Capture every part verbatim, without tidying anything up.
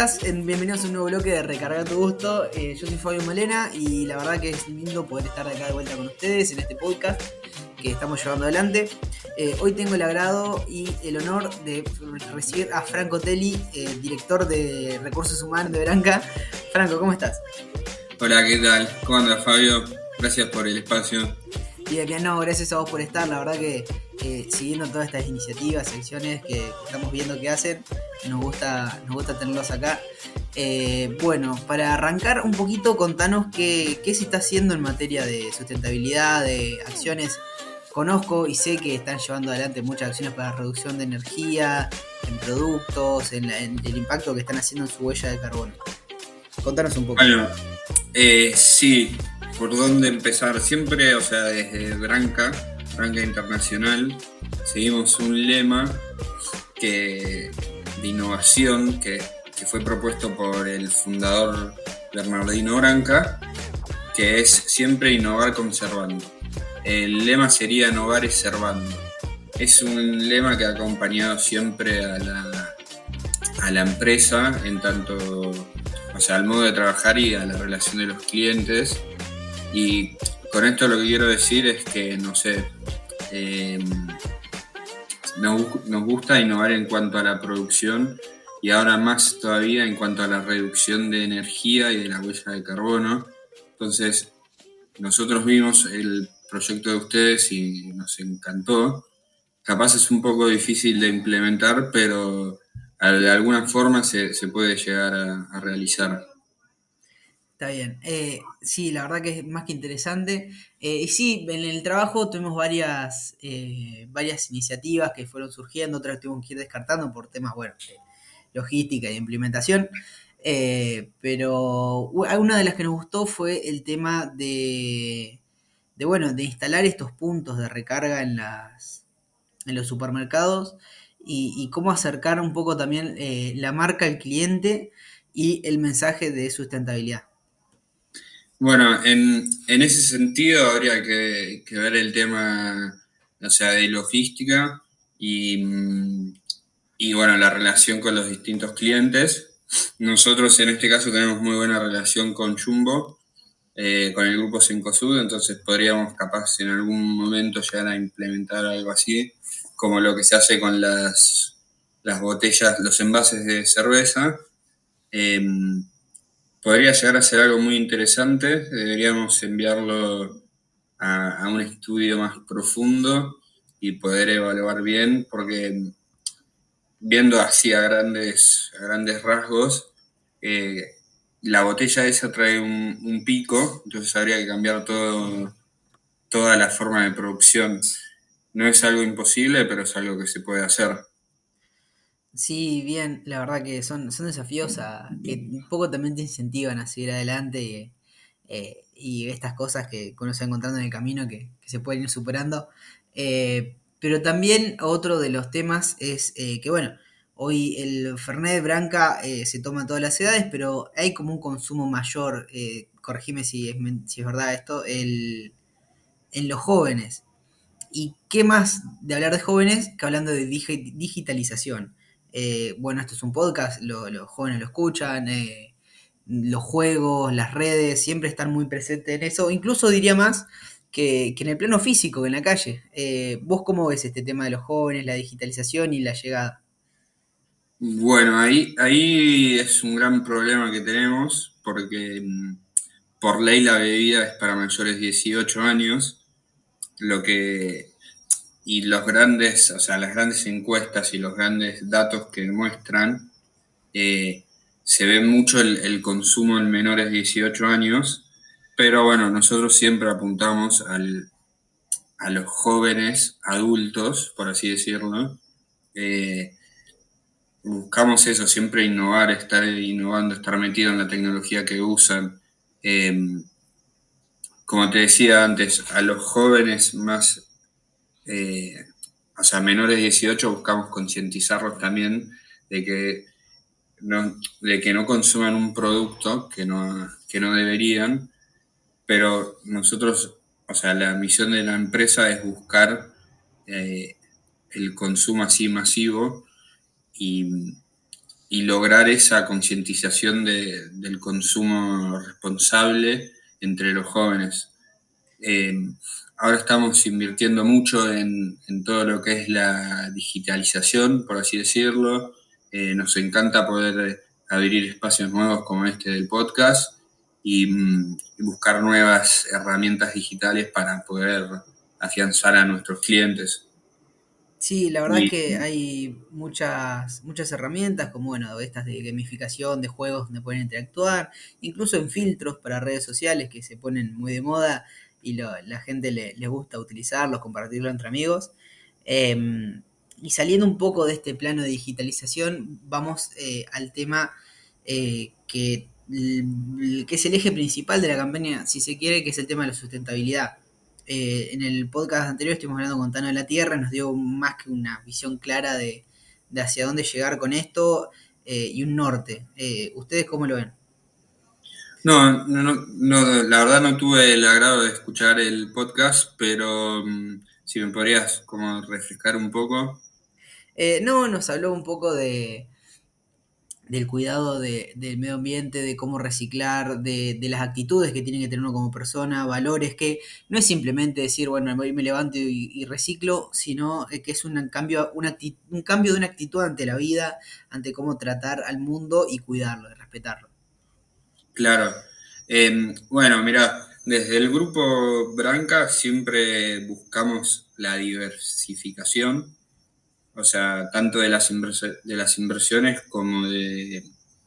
estás? Bienvenidos a un nuevo bloque de Recarga tu Gusto. Eh, yo soy Fabio Malena y la verdad que es lindo poder estar acá de vuelta con ustedes en este podcast que estamos llevando adelante. Eh, hoy tengo el agrado y el honor de recibir a Franco Telli, eh, director de Recursos Humanos de Branca. Franco, ¿cómo estás? Hola, ¿qué tal? ¿Cómo andas, Fabio? Gracias por el espacio. Bien, bien, no, gracias a vos por estar. La verdad que eh, siguiendo todas estas iniciativas, secciones que, que estamos viendo que hacen, nos gusta, nos gusta tenerlos acá. Eh, bueno, para arrancar un poquito, contanos qué, qué se está haciendo en materia de sustentabilidad, de acciones. Conozco y sé que están llevando adelante muchas acciones para la reducción de energía, en productos, en, la, en el impacto que están haciendo en su huella de carbono. Contanos un poco. Bueno, eh, sí, ¿por dónde empezar? Siempre, o sea, desde Branca, Branca Internacional, seguimos un lema que, de innovación que, que fue propuesto por el fundador Bernardino Branca, que es siempre innovar conservando. El lema sería innovar es servando. Es un lema que ha acompañado siempre a la, a la empresa en tanto, o sea, al modo de trabajar y a la relación de los clientes. Y con esto lo que quiero decir es que, no sé, eh, nos, nos gusta innovar en cuanto a la producción y ahora más todavía en cuanto a la reducción de energía y de la huella de carbono. Entonces, nosotros vimos el proyecto de ustedes y nos encantó. Capaz es un poco difícil de implementar, pero de alguna forma se, se puede llegar a, a realizar. Está bien. Eh, sí, la verdad que es más que interesante. Eh, y sí, en el trabajo tuvimos varias, eh, varias iniciativas que fueron surgiendo, otras que tuvimos que ir descartando por temas, bueno, de logística y de implementación. Eh, pero una de las que nos gustó fue el tema de, de, bueno, de instalar estos puntos de recarga en, las, en los supermercados y, y cómo acercar un poco también eh, la marca al cliente y el mensaje de sustentabilidad. Bueno, en, en ese sentido habría que, que ver el tema, o sea, de logística y, y, bueno, la relación con los distintos clientes. Nosotros en este caso tenemos muy buena relación con Jumbo, eh, con el grupo Cencosud, entonces podríamos capaz en algún momento llegar a implementar algo así, como lo que se hace con las, las botellas, los envases de cerveza. Eh, Podría llegar a ser algo muy interesante, deberíamos enviarlo a, a un estudio más profundo y poder evaluar bien, porque viendo así a grandes, a grandes rasgos, eh, la botella esa trae un, un pico, entonces habría que cambiar todo, toda la forma de producción. No es algo imposible, pero es algo que se puede hacer. Sí, bien, la verdad que son, son desafíos a, que un poco también te incentivan a seguir adelante eh, y estas cosas que uno se va encontrando en el camino que, que se pueden ir superando. Eh, pero también otro de los temas es eh, que, bueno, hoy el Fernet Branca eh, se toma en todas las edades, pero hay como un consumo mayor, eh, corregime si es, si es verdad esto, el, en los jóvenes. ¿Y qué más de hablar de jóvenes que hablando de digi- digitalización? Eh, bueno, esto es un podcast, lo- los jóvenes lo escuchan, eh, los juegos, las redes, siempre están muy presentes en eso. Incluso diría más que, que en el plano físico, que en la calle. Eh, ¿Vos cómo ves este tema de los jóvenes, la digitalización y la llegada? Bueno, ahí, ahí es un gran problema que tenemos, porque mm, por ley la bebida es para mayores de dieciocho años, lo que y los grandes, o sea, las grandes encuestas y los grandes datos que muestran, eh, se ve mucho el, el consumo en menores de dieciocho años, pero bueno, nosotros siempre apuntamos al, a los jóvenes adultos, por así decirlo. Eh, Buscamos eso, siempre innovar, estar innovando, estar metido en la tecnología que usan. Eh, Como te decía antes, a los jóvenes más, eh, o sea, menores de dieciocho, buscamos concientizarlos también de que no, de que no consuman un producto que no, que no deberían, pero nosotros, o sea, la misión de la empresa es buscar eh, el consumo así masivo y, y lograr esa concientización de, del consumo responsable entre los jóvenes. Eh, Ahora estamos invirtiendo mucho en, en, todo lo que es la digitalización, por así decirlo. Eh, nos encanta poder abrir espacios nuevos como este del podcast y, mm, y buscar nuevas herramientas digitales para poder afianzar a nuestros clientes. Sí, la verdad es Y, que hay muchas, muchas herramientas, como bueno, estas de gamificación, de juegos donde pueden interactuar, incluso en filtros para redes sociales que se ponen muy de moda y lo- la gente le, les gusta utilizarlos, compartirlo entre amigos. Em, y saliendo un poco de este plano de digitalización, vamos eh, al tema eh, que, l- que es el eje principal de la campaña, si se quiere, que es el tema de la sustentabilidad. Eh, en el podcast anterior estuvimos hablando con Tano de la Tierra, nos dio más que una visión clara de, de hacia dónde llegar con esto eh, y un norte. Eh, ¿Ustedes cómo lo ven? no, no, no, no, la verdad no tuve el agrado de escuchar el podcast, pero um, si me podrías como refrescar un poco. Eh, no, nos habló un poco de, del cuidado de, del medio ambiente, de cómo reciclar, de, de, las actitudes que tiene que tener uno como persona, valores, que no es simplemente decir, bueno, hoy me levanto y, y reciclo, sino que es un cambio, una actitud, un cambio de una actitud ante la vida, ante cómo tratar al mundo y cuidarlo, y respetarlo. Claro. Eh, bueno, mira, desde el grupo Branca siempre buscamos la diversificación, o sea, tanto de las, inversi- de las inversiones como de,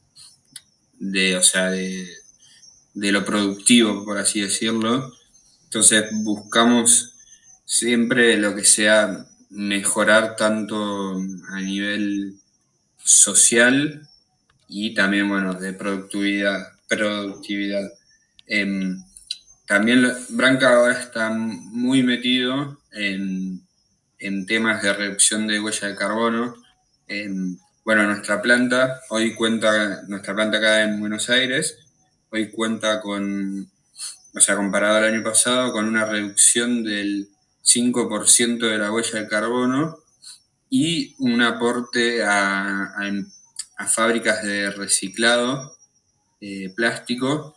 de, o sea, de, de lo productivo, por así decirlo. Entonces buscamos siempre lo que sea mejorar tanto a nivel social y también, bueno, de productividad. productividad. Eh, También Branca ahora está muy metido en, en temas de reducción de huella de carbono. Eh, bueno, nuestra planta hoy cuenta, nuestra planta acá en Buenos Aires, hoy cuenta con, o sea, comparado al año pasado, con una reducción del cinco por ciento de la huella de carbono y un aporte a, a, a fábricas de reciclado eh, plástico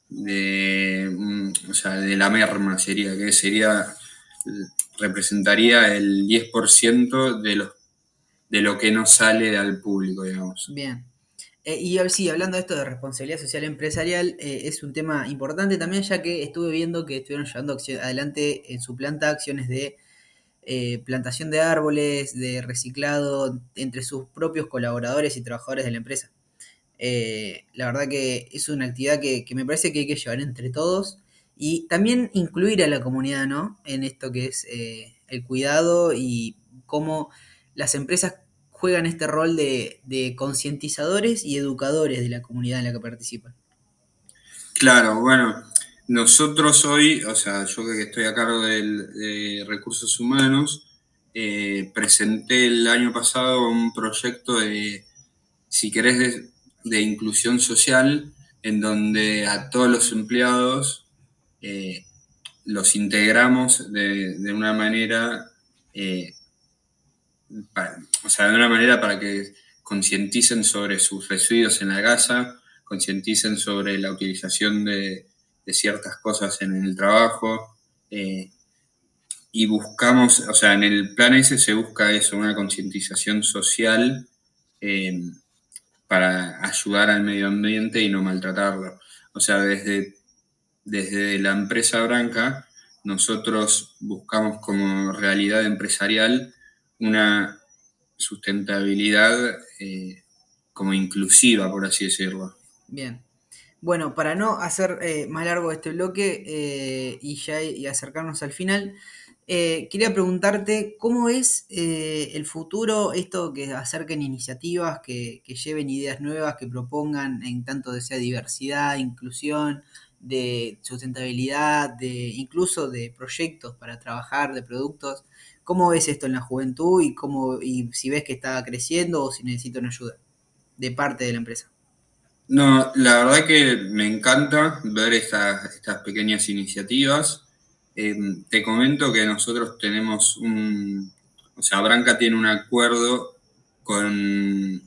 de, o sea, de la merma sería, que sería, representaría el diez por ciento de, los, de lo que no sale al público, digamos. Bien. Eh, y sí, hablando de esto de responsabilidad social empresarial, eh, es un tema importante también, ya que estuve viendo que estuvieron llevando acción- adelante en su planta acciones de eh, plantación de árboles, de reciclado entre sus propios colaboradores y trabajadores de la empresa. Eh, la verdad que es una actividad que, que me parece que hay que llevar entre todos y también incluir a la comunidad, ¿no? En esto que es eh, el cuidado y cómo las empresas juegan este rol de, de concientizadores y educadores de la comunidad en la que participan. Claro, bueno, nosotros hoy, o sea, yo que estoy a cargo del- de recursos humanos, eh, presenté el año pasado un proyecto de, si querés, de, de inclusión social, en donde a todos los empleados eh, los integramos de, de una manera, eh, para, o sea, de una manera para que concienticen sobre sus residuos en la casa, concienticen sobre la utilización de, de, ciertas cosas en el trabajo, eh, y buscamos, o sea, en el plan ese se busca eso, una concientización social eh, para ayudar al medio ambiente y no maltratarlo. O sea, desde, desde la empresa Branca, nosotros buscamos como realidad empresarial una sustentabilidad eh, como inclusiva, por así decirlo. Bien. Bueno, para no hacer eh, más largo este bloque eh, y ya y acercarnos al final, eh, quería preguntarte cómo es eh, el futuro, esto que acerquen iniciativas, que, que lleven ideas nuevas, que propongan en tanto de sea diversidad, inclusión, de sustentabilidad, de incluso de proyectos para trabajar, de productos. ¿Cómo ves esto en la juventud y cómo y si ves que está creciendo o si necesitan ayuda de parte de la empresa? No, la verdad que me encanta ver estas, estas pequeñas iniciativas. Eh, te comento que nosotros tenemos un, o sea, Branca tiene un acuerdo con,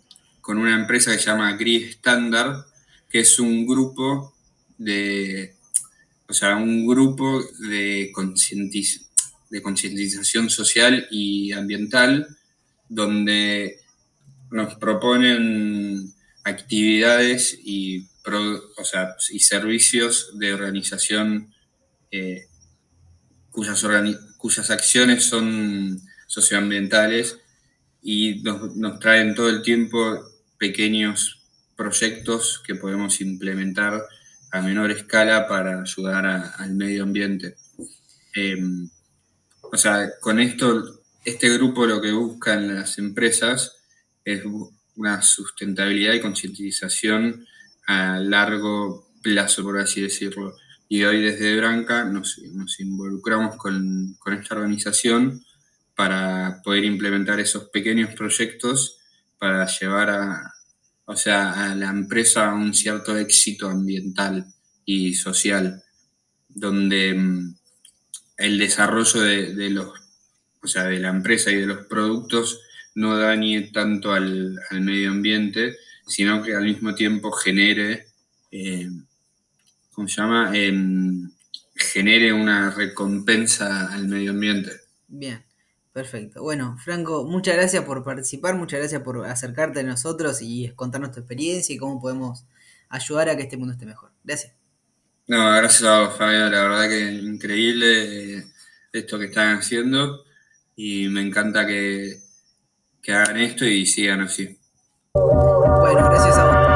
con una empresa que se llama Gris Standard, que es un grupo de, o sea, un grupo de concientiz- de concientización social y ambiental, donde nos proponen actividades y, pro, o sea, y servicios de organización eh, cuyas, organi- cuyas acciones son socioambientales y nos, nos traen todo el tiempo pequeños proyectos que podemos implementar a menor escala para ayudar a, al medio ambiente. Eh, o sea, con esto, este grupo lo que buscan las empresas es una sustentabilidad y concientización a largo plazo, por así decirlo. Y hoy desde Branca nos, nos involucramos con, con esta organización para poder implementar esos pequeños proyectos para llevar a, o sea, a la empresa a un cierto éxito ambiental y social, donde mm, el desarrollo de, de los, o sea, de la empresa y de los productos no dañe tanto al, al medio ambiente, sino que al mismo tiempo genere, eh, ¿cómo se llama? Eh, genere una recompensa al medio ambiente. Bien, perfecto. Bueno, Franco, muchas gracias por participar, muchas gracias por acercarte a nosotros y contarnos tu experiencia y cómo podemos ayudar a que este mundo esté mejor. Gracias. No, gracias a vos, Fabio. La verdad que increíble eh, esto que están haciendo y me encanta que, que hagan esto y sigan así. Bueno, gracias a vos.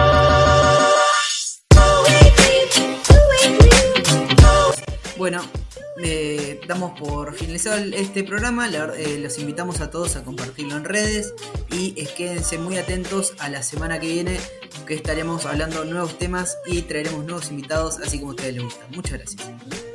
Bueno, eh, damos por finalizado este programa. La, eh, los invitamos a todos a compartirlo en redes y eh, quédense muy atentos a la semana que viene, que estaremos hablando nuevos temas y traeremos nuevos invitados, así como a ustedes les gusta. Muchas gracias.